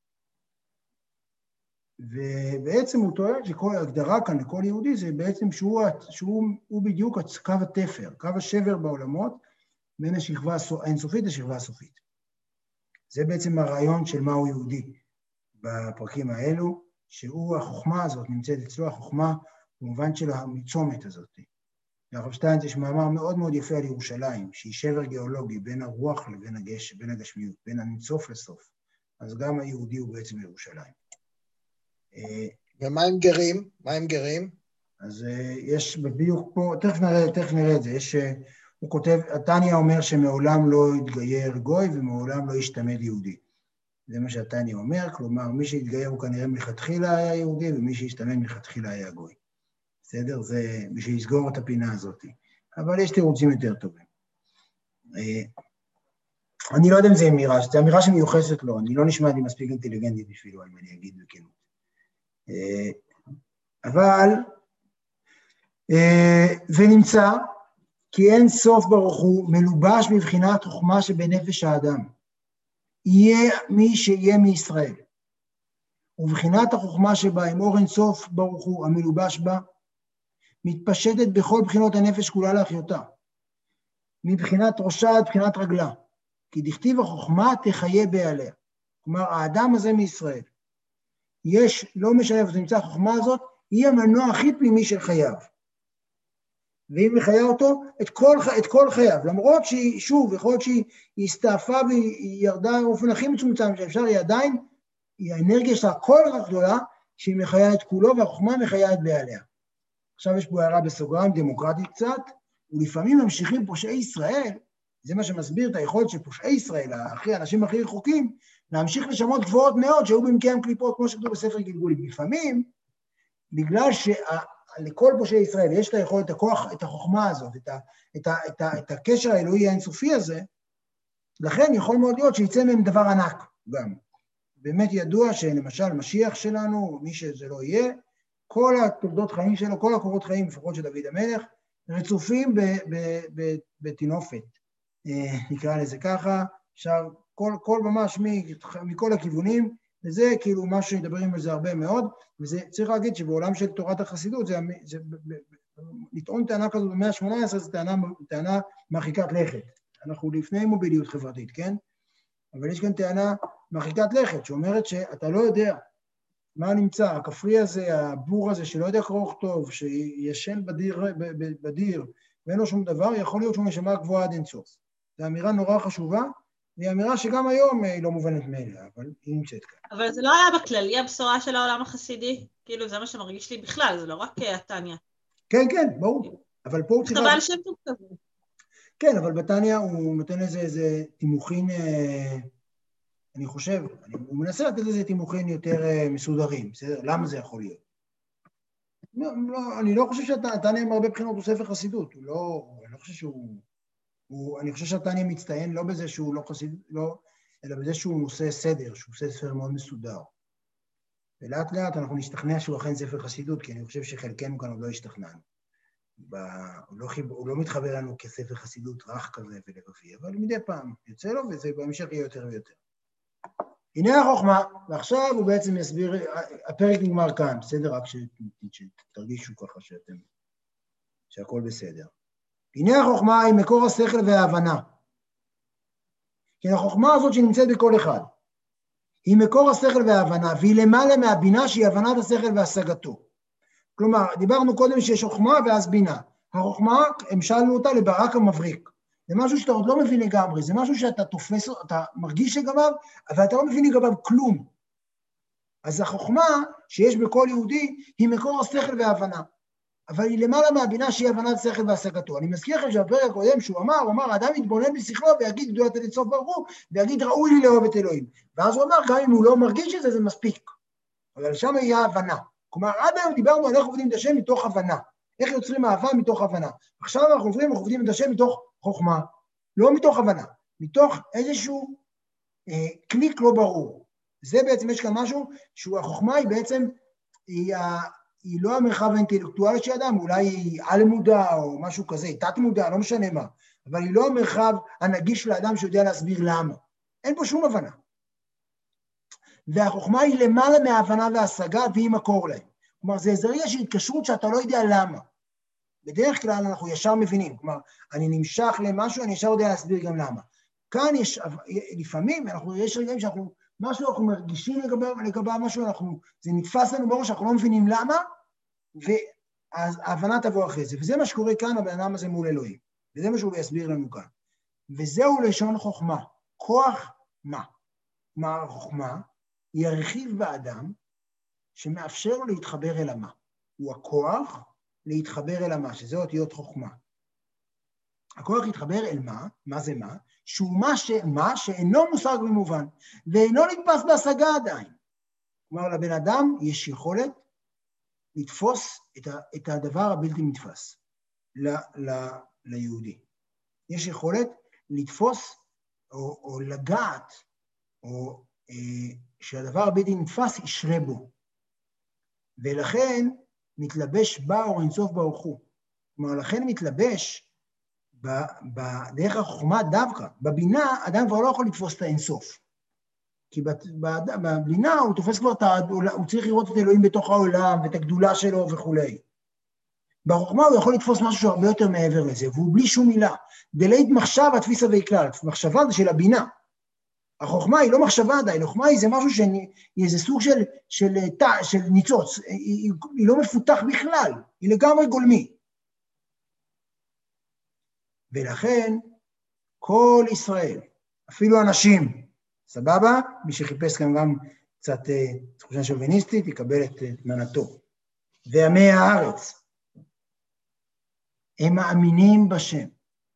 ובעצם הוא טוען שכל הגדרה כאן לכל יהודי זה בעצם שהוא בדיוק קו התפר, קו השבר בעולמות בין השכבה האינסופית לשכבה הסופית. זה בעצם הרעיון של מהו יהודי בפרקים האלו, שהוא החוכמה הזאת, נמצאת אצלו החוכמה במובן של המצומת הזאת. לרב שטיינץ יש מאמר מאוד מאוד יפה על ירושלים, שהיא שבר גיאולוגי בין הרוח לבין הגשמיות, בין הניצוף לסוף. אז גם היהודי הוא בעצם ירושלים. ומה עם גרים? מה עם גרים? אז יש בדיוק פה, תכף נראה את זה, הוא כותב, התניא אומר שמעולם לא יתגייר גוי ומעולם לא ישתמד יהודי. זה מה שהתניא אומר, כלומר, מי שהתגייר הוא כנראה מלכתחילה היה יהודי, ומי שהשתמד מלכתחילה היה גוי. בסדר? זה בשביל לסגור את הפינה הזאת. אבל יש תירוצים יותר טובים. אני לא יודע אם זה אמירה, זו אמירה שמיוחסת לו, אני לא נשמע לי מספיק אינטליגנטית בשבילו, אם אני אגיד בכנות. אבל, ונמצא, כי אין סוף ברוך הוא מלובש מבחינת חוכמה שבנפש האדם. יהיה מי שיהיה מישראל. ובחינת החוכמה שבה, עם אור אין סוף ברוך הוא המלובש בה, מתפשטת בכל בחינות הנפש כולה להחיותה. מבחינת ראשה עד בחינת רגלה. כי דכתיב החוכמה תחיה בעליה. כלומר, האדם הזה מישראל. יש, לא משנה איפה נמצא החוכמה הזאת, היא המנוע הכי פנימי של חייו. והיא מחיה אותו את כל חייו, למרות שהיא, שוב, יכול להיות שהיא הסתעפה והיא ירדה באופן הכי מצומצם שאפשר, היא עדיין, האנרגיה שלה כל כך גדולה, שהיא מחיה את כולו והחוכמה מחיה את בעליה. עכשיו יש פה הערה בסוגריים, דמוקרטית קצת, ולפעמים ממשיכים פושעי ישראל, זה מה שמסביר את היכולת של פושעי ישראל, האנשים הכי רחוקים, להמשיך לשמות גבוהות מאוד שהיו במקיהם קליפות, כמו שכתוב בספר גלגולים. לפעמים, בגלל שלכל פושעי ישראל יש את היכולת, את הכוח, את החוכמה הזאת, את הקשר האלוהי האינסופי הזה, לכן יכול מאוד להיות שיצא מהם דבר ענק גם. באמת ידוע שלמשל משיח שלנו, מי שזה לא יהיה, כל התולדות חיים שלו, כל הקורות חיים, לפחות של דוד המלך, רצופים בתינופת, נקרא לזה ככה, עכשיו כל ממש מכל הכיוונים, וזה כאילו משהו שמדברים על זה הרבה מאוד, וזה צריך להגיד שבעולם של תורת החסידות, לטעון טענה כזו במאה ה-18, זו טענה מרחיקת לכת. אנחנו לפני מוביליות חברתית, כן? אבל יש כאן טענה מרחיקת לכת, שאומרת שאתה לא יודע מה נמצא, הכפרי הזה, הבור הזה, שלא יודע קרוא טוב, שישן בדיר, ואין לו שום דבר, יכול להיות שהוא נשמה גבוהה עד אינסוף. זו אמירה נורא חשובה, והיא אמירה שגם היום היא לא מובנת מאליה, אבל היא נמצאת כאן. אבל זה לא היה בכללי הבשורה של העולם החסידי? כאילו זה מה שמרגיש לי בכלל, זה לא רק התניא. כן, ברור. אבל פה הוא צריך... נכתבה על שם טוב כזה. כן, אבל בתניא הוא נותן איזה תימוכין, אני חושב, הוא מנסה לתת איזה תימוכין יותר מסודרים, בסדר? למה זה יכול להיות? אני לא חושב שהתניא מהרבה בחינות הוא ספר חסידות, אני לא חושב שהוא... אני חושב שהתניא מצטיין לא בזה שהוא לא חסיד, אלא בזה שהוא נושא סדר, שהוא עושה ספר מאוד מסודר. ולאט לאט אנחנו נשתכנע שהוא אכן ספר חסידות, כי אני חושב שחלקנו כאן עוד לא השתכנענו. הוא לא מתחבר לנו כספר חסידות רך כזה ולבבי, אבל מדי פעם יוצא לו, וזה בהמשך יהיה יותר ויותר. הנה החוכמה, ועכשיו הוא בעצם יסביר, הפרק נגמר כאן, בסדר? רק שתרגישו ככה שהכל בסדר. הנה החוכמה היא מקור השכל וההבנה. כי החוכמה הזאת שנמצאת בכל אחד, היא מקור השכל וההבנה, והיא למעלה מהבינה שהיא הבנת השכל והשגתו. כלומר, דיברנו קודם שיש חוכמה ואז בינה. החוכמה, המשלנו אותה לברק המבריק. זה משהו שאתה עוד לא מבין לגמרי, זה משהו שאתה תופס, אתה מרגיש לגביו, אבל אתה לא מבין לגביו כלום. אז החוכמה שיש בכל יהודי היא מקור השכל וההבנה. אבל היא למעלה מהבינה שהיא הבנת השכל והשגתו. אני מזכיר לכם שבפרק הקודם שהוא אמר, האדם יתבונן בשכלו ויגיד גדולת אל אינסוף ברוך הוא, ויגיד ראוי לי לאהוב את אלוהים. ואז הוא אמר, גם אם הוא לא מרגיש את זה, זה מספיק. אבל שם היא ההבנה. כלומר, עד היום דיברנו על איך עובדים את השם מתוך הבנה. איך יוצרים אהבה מתוך הבנה. עכשיו אנחנו עובדים את השם מתוך חוכמה, לא מתוך הבנה, מתוך איזשהו קליק לא ברור. זה בעצם, יש כאן משהו שהחוכמה היא בעצם, היא לא המרחב האינטלקטואלי של אדם, אולי היא על מודע או משהו כזה, תת מודע, לא משנה מה, אבל היא לא המרחב הנגיש לאדם שיודע להסביר למה. אין פה שום הבנה. והחוכמה היא למעלה מההבנה וההשגה, והיא מקור להם. כלומר, זה זריע של התקשרות שאתה לא יודע למה. בדרך כלל אנחנו ישר מבינים, כלומר, אני נמשך למשהו, אני ישר יודע להסביר גם למה. כאן יש, לפעמים, יש רגעים שאנחנו, משהו אנחנו מרגישים לגבי משהו, זה נתפס לנו בראש, אנחנו לא מבינים למה, וההבנה תבוא אחרי זה. וזה מה שקורה כאן, הבן אדם הזה מול אלוהים. וזה מה שהוא יסביר לנו כאן. וזהו לשון חוכמה. כוח מה? כלומר, החוכמה היא הרכיב באדם שמאפשר לו להתחבר אל המה. הוא הכוח להתחבר אל המה, שזה אותיות חוכמה. הכוח להתחבר אל מה זה מה? שהוא מה שאינו מושג במובן, ואינו נתפס בהשגה עדיין. כלומר, לבן אדם יש יכולת לתפוס את הדבר הבלתי נתפס ליהודי. יש יכולת לתפוס או לגעת, או שהדבר הבלתי נתפס ישרה בו. ולכן מתלבש בה אור אינסוף ברוך הוא. כלומר, לכן מתלבש בדרך החוכמה דווקא. בבינה, אדם כבר לא יכול לתפוס את האינסוף. כי בבינה הוא תופס כבר הוא צריך לראות את אלוהים בתוך העולם, ואת הגדולה שלו וכו'. בחוכמה הוא יכול לתפוס משהו שהרבה יותר מעבר לזה, והוא בלי שום מילה. דלית מחשב התפיסה ויקלל. מחשבה זה של הבינה. החוכמה היא לא מחשבה עדיין, החוכמה היא זה משהו היא איזה סוג של ניצוץ, היא לא מפותח בכלל, היא לגמרי גולמי. ולכן כל ישראל, אפילו אנשים, סבבה? מי שחיפש כאן גם קצת תחושה שוביניסטית, יקבל את מנתו. ועמי הארץ, הם מאמינים בשם,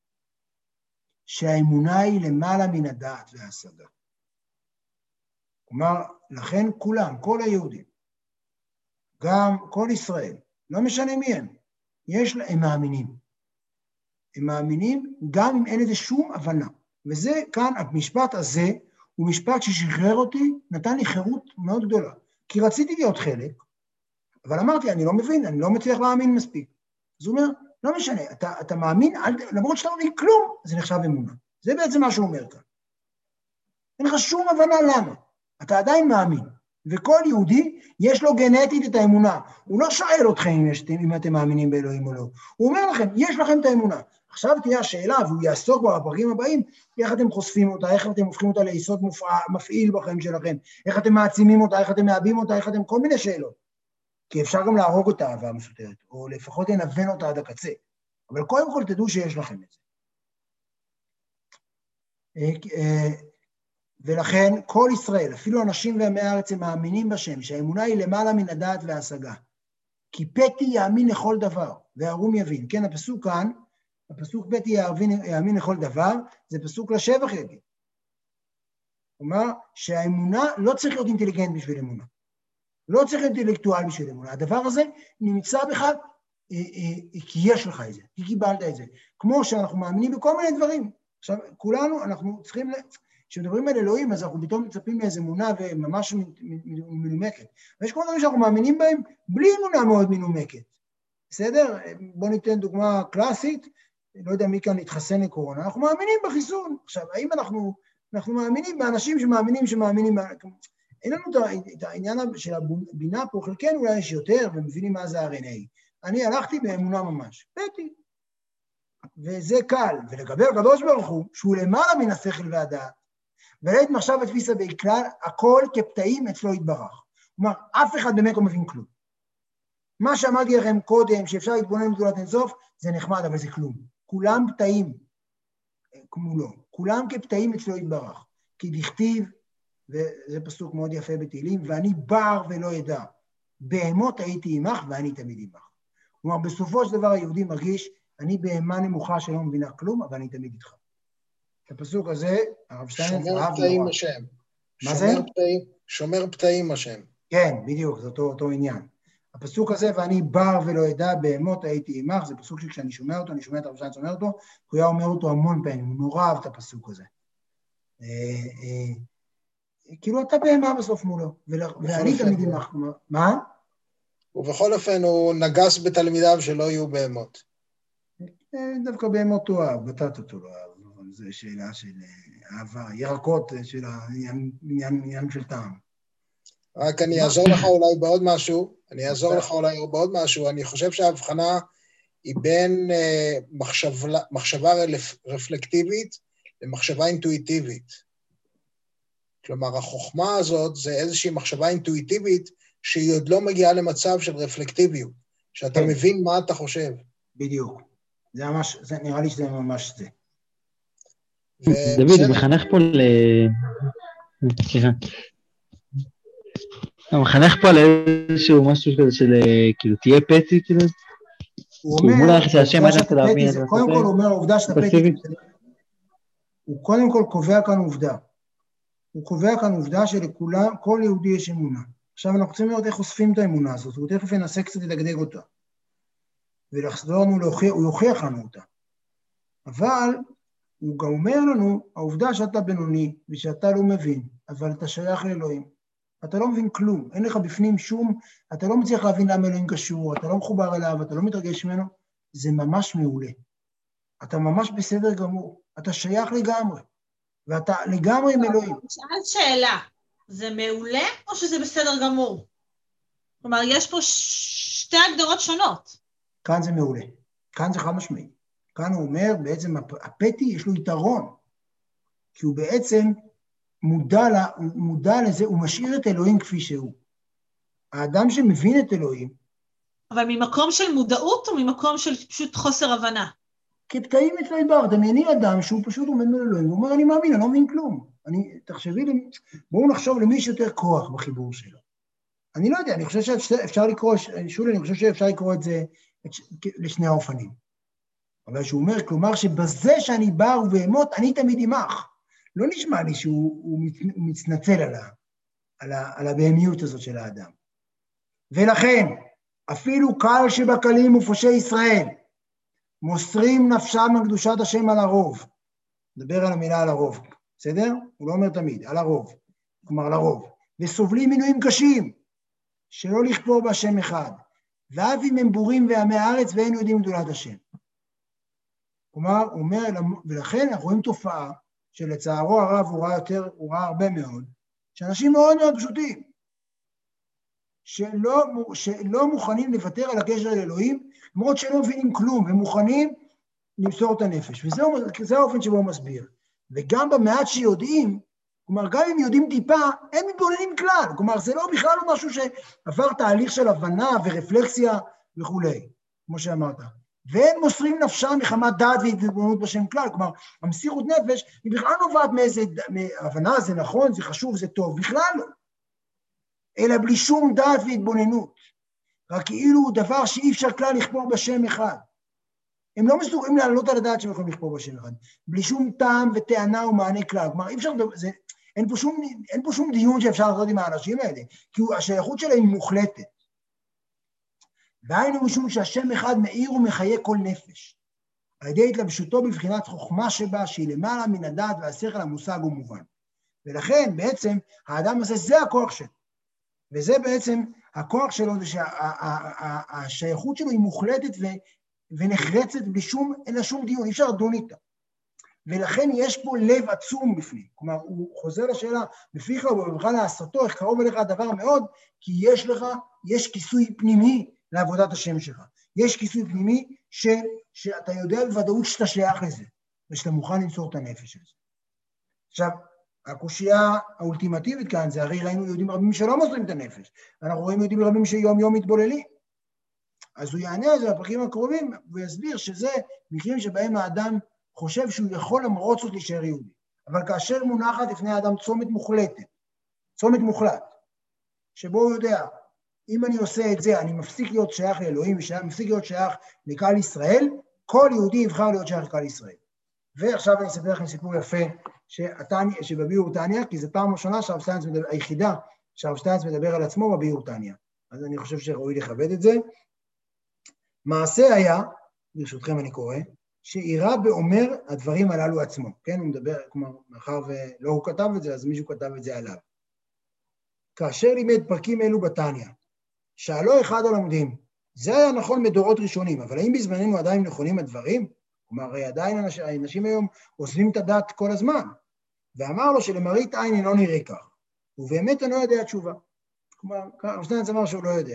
שהאמונה היא למעלה מן הדעת וההשגה. כלומר, לכן כולם, כל היהודים, גם כל ישראל, לא משנה מי הם מאמינים. הם מאמינים גם אם אין לזה שום הבנה. וזה כאן, המשפט הזה, הוא משפט ששחרר אותי, נתן לי חירות מאוד גדולה. כי רציתי להיות חלק, אבל אמרתי, אני לא מבין, אני לא מצליח להאמין מספיק. אז הוא אומר, לא משנה, אתה מאמין, למרות שאתה לא מבין כלום, זה נחשב אמונה. זה בעצם מה שהוא אומר כאן. אין לך שום הבנה למה. אתה עדיין מאמין. וכל יהודי יש לו גנטית את האמונה. הוא לא שואל אתכם אם אתם מאמינים באלוהים או לא. הוא אומר לכם, יש לכם את האמונה. עכשיו תהיה השאלה, והוא יעסוק בפרקים הבאים, איך אתם חושפים אותה, איך אתם הופכים אותה ליסוד מפעיל בחיים שלכם, איך אתם מעצימים אותה, איך אתם מאבים אותה, איך אתם כל מיני שאלות. כי אפשר גם להרוג אותה אהבה המסותרת, או לפחות לנוון אותה עד הקצה. אבל קודם כל תדעו שיש לכם את זה. ולכן כל ישראל, אפילו אנשים ועמי הארץ, הם מאמינים בשם, שהאמונה היא למעלה מן הדעת וההשגה. כי פתי יאמין לכל דבר, והערום יבין. כן, הפסוק כאן, הפסוק פתי יאמין לכל דבר, זה פסוק לשבח יגיד. כלומר, שהאמונה לא צריך להיות אינטליגנט בשביל אמונה. לא צריך להיות אינטלקטואל בשביל אמונה. הדבר הזה נמצא בך, כי יש לך את זה, כי קיבלת את זה. כמו שאנחנו מאמינים בכל מיני דברים. עכשיו, כולנו, אנחנו צריכים, כשמדברים על אלוהים, אז אנחנו פתאום מצפים לאיזו אמונה וממש מנומקת. ויש כל דברים שאנחנו מאמינים בהם, בלי אמונה מאוד מנומקת. בסדר? בואו ניתן דוגמה קלאסית, לא יודע מי כאן להתחסן לקורונה, אנחנו מאמינים בחיסון. עכשיו, האם אנחנו אנחנו מאמינים באנשים שמאמינים, אין לנו את העניין של הבינה פה, חלקנו אולי יש יותר, ומבינים מה זה RNA. אני הלכתי באמונה ממש, בטי. וזה קל, ולגבי הקדוש ברוך הוא, שהוא למעלה מן השכל והדעת, ולית מחשב ותפיסה בכלל, הכל כפתאים אצלו יתברך. כלומר, אף אחד באמת לא מבין כלום. מה שאמרתי לכם קודם, שאפשר להתבונן בגדולת אינסוף, זה נחמד, אבל זה כלום. כולם פתאים, כמולו, כולם כפתאים אצלו יתברך. כי דכתיב, וזה פסוק מאוד יפה בתהילים, ואני בר ולא ידע. בהמות הייתי עמך ואני תמיד עמך. כלומר, בסופו של דבר היהודי מרגיש, אני בהמה נמוכה שלא מבינה כלום, אבל אני תמיד איתך. את הפסוק הזה, הרב שטיינזלץ אהב פתאים השם. מה זה? שומר פתאים השם. כן, בדיוק, זה אותו עניין. הפסוק הזה, ואני בר ולא ידע, בהמות הייתי עמך, זה פסוק שכשאני שומע אותו, אני שומע את הרב שטיינזלץ אומר אותו, הוא היה אומר אותו המון פעמים, הוא נורא אהב את הפסוק הזה. כאילו אתה בהמה בסוף מולו, ואני תמיד עמך. מה? ובכל אופן הוא נגס בתלמידיו שלא יהיו בהמות. דווקא בהמות הוא אהב, בטטות הוא לא אהב, אבל זו שאלה של אהבה, ירקות של העניין של טעם. רק אני אעזור לך אולי בעוד משהו, אני חושב שההבחנה היא בין מחשבה רפלקטיבית למחשבה אינטואיטיבית. כלומר, החוכמה הזאת זה איזושהי מחשבה אינטואיטיבית שהיא עוד לא מגיעה למצב של רפלקטיביות, שאתה מבין מה אתה חושב. בדיוק. זה ממש, נראה לי שזה ממש זה. דוד, הוא מחנך פה הוא מחנך פה על איזשהו משהו כזה של, כאילו, תהיה פטי, כאילו? הוא אומר, קודם כל הוא אומר, העובדה שאתה פטי, הוא קודם כל קובע כאן עובדה. הוא קובע כאן עובדה שלכולם, כל יהודי יש אמונה. עכשיו אנחנו רוצים לראות איך חושפים את האמונה הזאת, הוא תכף ינסה קצת לדגדג אותה. ולחזור לנו הוא יוכיח לנו אותה. אבל הוא גם אומר לנו, העובדה שאתה בינוני, ושאתה לא מבין, אבל אתה שייך לאלוהים. אתה לא מבין כלום, אין לך בפנים שום, אתה לא מצליח להבין למה אלוהים קשור, אתה לא מחובר אליו, אתה לא מתרגש ממנו, זה ממש מעולה. אתה ממש בסדר גמור, אתה שייך לגמרי, ואתה לגמרי עם אלוהים. שאלת שאלה, זה מעולה או שזה בסדר גמור? כלומר, יש פה שתי הגדרות שונות. כאן זה מעולה, כאן זה חד משמעי. כאן הוא אומר, בעצם הפטי יש לו יתרון, כי הוא בעצם מודע לזה, הוא משאיר את אלוהים כפי שהוא. האדם שמבין את אלוהים... אבל ממקום של מודעות או ממקום של פשוט חוסר הבנה? כפתאים אצלו יתברך, דמייני אדם שהוא פשוט עומד מול אלוהים, הוא אומר, אני מאמין, אני לא מבין כלום. תחשבי, בואו נחשוב למי יש יותר כוח בחיבור שלו. אני לא יודע, אני חושב שאפשר לקרוא, שולי, אני חושב שאפשר לקרוא את זה לשני האופנים. אבל שהוא אומר, כלומר שבזה שאני בא ובהמות, אני תמיד עמך. לא נשמע לי שהוא מצנצל על הבהמיות הזאת של האדם. ולכן, אפילו קל שבקלים ופושעי ישראל, מוסרים נפשם על קדושת השם על הרוב. נדבר על המילה על הרוב, בסדר? הוא לא אומר תמיד, על הרוב. כלומר, על הרוב. וסובלים מינויים קשים, שלא לכפור בהשם אחד. ואף אם הם בורים ועמי הארץ ואין יודעים גדולת השם. כלומר, הוא אומר, ולכן אנחנו רואים תופעה, שלצערו הרב הוא ראה הרבה מאוד, שאנשים מאוד מאוד פשוטים, שלא מוכנים לוותר על הקשר לאלוהים, למרות שלא מבינים כלום, הם מוכנים למסור את הנפש, וזה האופן שבו הוא מסביר. וגם במעט שיודעים, כלומר, גם אם יודעים טיפה, הם מתבוננים כלל, כלומר, זה לא בכלל לא משהו שעבר תהליך של הבנה ורפלקסיה וכו', כמו שאמרת. והם מוסרים נפשם מחמת דעת והתבוננות בשם כלל, כלומר, המסירות נפש היא בכלל נובעת מאיזה הבנה, זה נכון, זה חשוב, זה טוב, בכלל לא. אלא בלי שום דעת והתבוננות, רק כאילו דבר שאי אפשר כלל לכפור בשם אחד. הם לא מסוגלים לעלות על הדעת שהם יכולים לכפור בשם אחד, בלי שום טעם וטענה ומענה כלל, כלומר, אי אפשר, אין פה שום דיון שאפשר לעשות עם האנשים האלה, כי השייכות שלהם היא מוחלטת. והיינו משום שהשם אחד מאיר ומחיה כל נפש, על ידי התלבשותו בבחינת חוכמה שבה, שהיא למעלה מן הדעת והשכל המושג ומובן. ולכן בעצם האדם הזה זה הכוח שלו, וזה בעצם הכוח שלו, זה שהשייכות שלו היא מוחלטת ונחרצת בלי שום דיון, אי אפשר לדון איתה. ולכן יש פה לב עצום בפנים. כלומר, הוא חוזר לשאלה, בפיך ובלבבך לעשותו, איך קרוב אליך הדבר מאוד, כי יש כיסוי פנימי לעבודת השם שלך. יש כיסוי פנימי שאתה יודע בוודאות שאתה שייך לזה, ושאתה מוכן למסור את הנפש הזה. עכשיו, הקושייה האולטימטיבית כאן, זה הרי ראינו יהודים רבים שלא מוסרים את הנפש, ואנחנו רואים יהודים רבים שיום יום מתבוללים. אז הוא יענה על זה בפרקים הקרובים, ויסביר שזה מקרים שבהם האדם חושב שהוא יכול למרות זאת להישאר יהודי. אבל כאשר מונחת לפני האדם צומת מוחלט, שבו הוא יודע, אם אני עושה את זה, אני מפסיק להיות שייך לאלוהים, מפסיק להיות שייך לקהל ישראל, כל יהודי יבחר להיות שייך לקהל ישראל. ועכשיו אני אספר לכם סיפור יפה, שבביאור תניא, כי זו פעם ראשונה היחידה שהרב שטיינץ מדבר על עצמו בביאור תניא. אז אני חושב שראוי לכבד את זה. מעשה היה, ברשותכם אני קורא, שאירע באומר הדברים הללו עצמו. כן, הוא מדבר, כלומר, מאחר ולא הוא כתב את זה, אז מישהו כתב את זה עליו. כאשר לימד פרקים אלו בתניא, שאלו אחד הלומדים, זה היה נכון בדורות ראשונים, אבל האם בזמננו עדיין נכונים הדברים? כלומר, עדיין האנשים היום עוזבים את הדת כל הזמן. ואמר לו שלמראית עין אינו נראה כך. ובאמת אינו יודע תשובה. כלומר, הרב שטיינץ אמר שהוא לא יודע.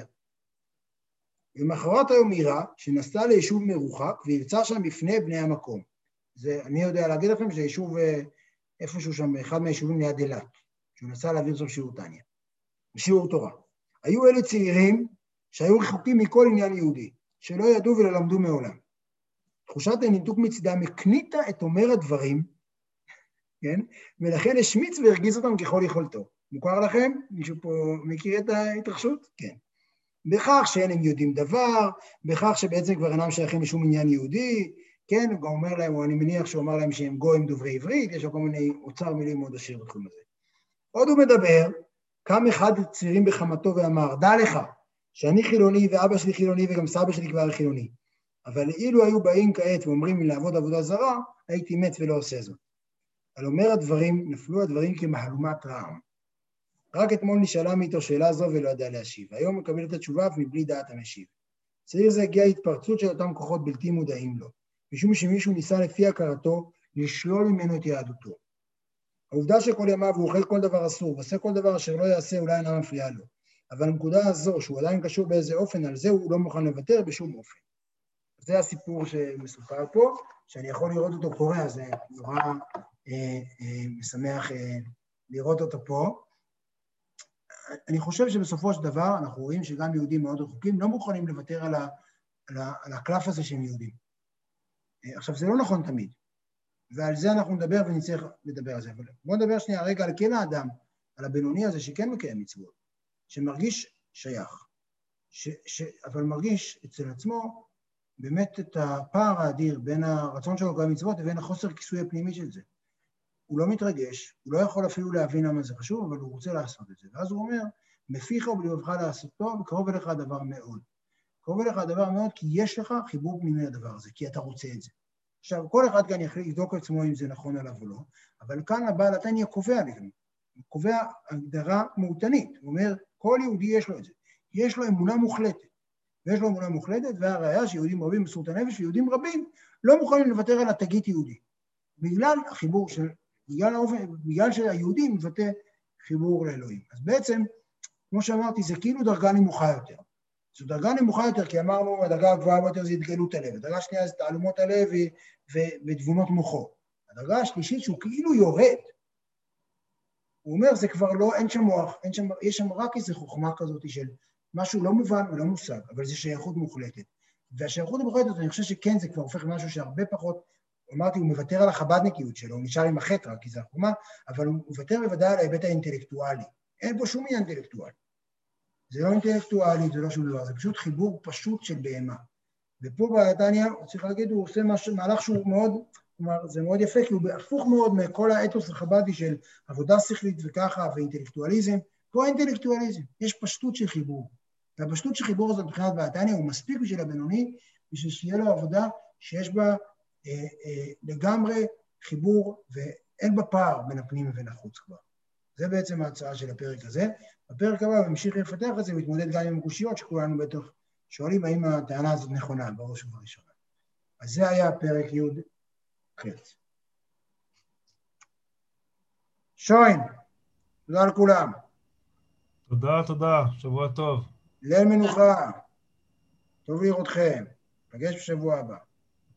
למחרת היום אירע שנסע ליישוב מרוחק וירצה שם בפני בני המקום. אני יודע להגיד לכם שזה יישוב איפשהו שם, אחד מהיישובים ליד אילת, שהוא נסע להעביר שם שיעור תניא, שיעור תורה. היו אלה צעירים שהיו רחוקים מכל עניין יהודי, שלא ידעו ולא למדו מעולם. תחושת הניתוק מצידם הקניתה את אומר הדברים, כן? ולכן השמיץ והרגיז אותם ככל יכולתו. מוכר לכם? מישהו פה מכיר את ההתרחשות? כן. בכך שאין הם יודעים דבר, בכך שבעצם כבר אינם שייכים לשום עניין יהודי, כן? הוא גם אומר להם, או אני מניח שהוא אומר להם שהם גויים דוברי עברית, יש לו כל מיני אוצר מילים מאוד עשיר בתחום הזה. עוד הוא מדבר, קם אחד צעירים בחמתו ואמר, דע לך, שאני חילוני ואבא שלי חילוני וגם סבא שלי כבר חילוני. אבל אילו היו באים כעת ואומרים לי לעבוד עבודה זרה, הייתי מת ולא עושה זאת. על אומר הדברים, נפלו הדברים כמהלומת רעם. רק אתמול נשאלה מאיתו שאלה זו ולא ידע להשיב. היום מקבל את התשובה מבלי דעת המשיב. צעיר זה הגיעה התפרצות של אותם כוחות בלתי מודעים לו, משום שמישהו ניסה לפי הכרתו לשלול ממנו את יהדותו. העובדה שכל ימיו הוא אוכל כל דבר אסור, ועושה כל דבר אשר לא יעשה אולי אינה מפריעה לו. אבל הנקודה הזו, שהוא עדיין קשור באיזה אופן, על זה הוא לא מוכן לוותר בשום אופן. זה הסיפור שמסופר פה, שאני יכול לראות אותו קורא, אז זה נורא משמח לראות אותו פה. אני חושב שבסופו של דבר אנחנו רואים שגם יהודים מאוד רחוקים לא מוכנים לוותר על הקלף הזה שהם יהודים. עכשיו, זה לא נכון תמיד, ועל זה אנחנו נדבר ונצטרך לדבר על זה. אבל בואו נדבר שנייה רגע על כן האדם, על הבינוני הזה שכן מקיים מצוות, שמרגיש שייך, אבל מרגיש אצל עצמו באמת את הפער האדיר בין הרצון שלו לקיים מצוות לבין החוסר כיסוי הפנימי של זה. הוא לא מתרגש, הוא לא יכול אפילו להבין למה זה חשוב, אבל הוא רוצה לעשות את זה. ואז הוא אומר, מפיך ובלבבך לעשותו, וקרוב אליך הדבר מאוד. קרוב אליך הדבר מאוד, כי יש לך חיבור פנימי לדבר הזה, כי אתה רוצה את זה. עכשיו, כל אחד כאן יכול לבדוק עצמו אם זה נכון עליו או לא, אבל כאן הבעל התניא קובע לכם. הוא קובע הגדרה מהותנית. הוא אומר, כל יהודי יש לו את זה. יש לו אמונה מוחלטת. ויש לו אמונה מוחלטת, והראיה שיהודים רבים מסרו את הנפש, ויהודים רבים לא מוכנים לוותר על התגית יהודי. בגלל החיבור של בגלל שהיהודי מבטא חיבור לאלוהים. אז בעצם, כמו שאמרתי, זה כאילו דרגה נמוכה יותר. זו דרגה נמוכה יותר, כי אמרנו, הדרגה הגבוהה ביותר זה התגלות הלב. הדרגה השנייה זה תעלומות הלב ותבונות מוחו. הדרגה השלישית שהוא כאילו יורד. הוא אומר, זה כבר לא, אין שם מוח, יש שם רק איזו חוכמה כזאת של משהו לא מובן ולא מושג, אבל זה שייכות מוחלטת. והשייכות המוחלטת, אני חושב שכן, זה כבר הופך למשהו שהרבה פחות, אמרתי, הוא מוותר על החבדניקיות שלו, הוא נשאר עם החטרה, כי זה החומה, אבל הוא מוותר בוודאי על ההיבט האינטלקטואלי. אין פה שום עניין אינטלקטואלי. זה לא אינטלקטואלי, זה לא שום דבר, זה פשוט חיבור פשוט של בהמה. ופה בתניא, צריך להגיד, הוא עושה מהלך שהוא מאוד, כלומר, זה מאוד יפה, כי הוא הפוך מאוד מכל האתוס החבדי של עבודה שכלית וככה, ואינטלקטואליזם. פה אינטלקטואליזם, יש פשטות של חיבור. והפשטות של חיבור הזאת מבחינת בתניא הוא מספיק בשביל הבינוני, בשביל שיהיה לו עבודה שיש בה לגמרי חיבור, ואין בה פער בין הפנים ובין החוץ כבר. זה בעצם ההצעה של הפרק הזה. הפרק הבא ממשיך לפתח את זה, ומתמודד גם עם קושיות שכולנו בטח שואלים האם הטענה הזאת נכונה, בראש ובראשונה. אז זה היה פרק י' ח'. שוין, תודה לכולם. תודה, שבוע טוב. ליל מנוחה. טוב לראותכם. נפגש בשבוע הבא.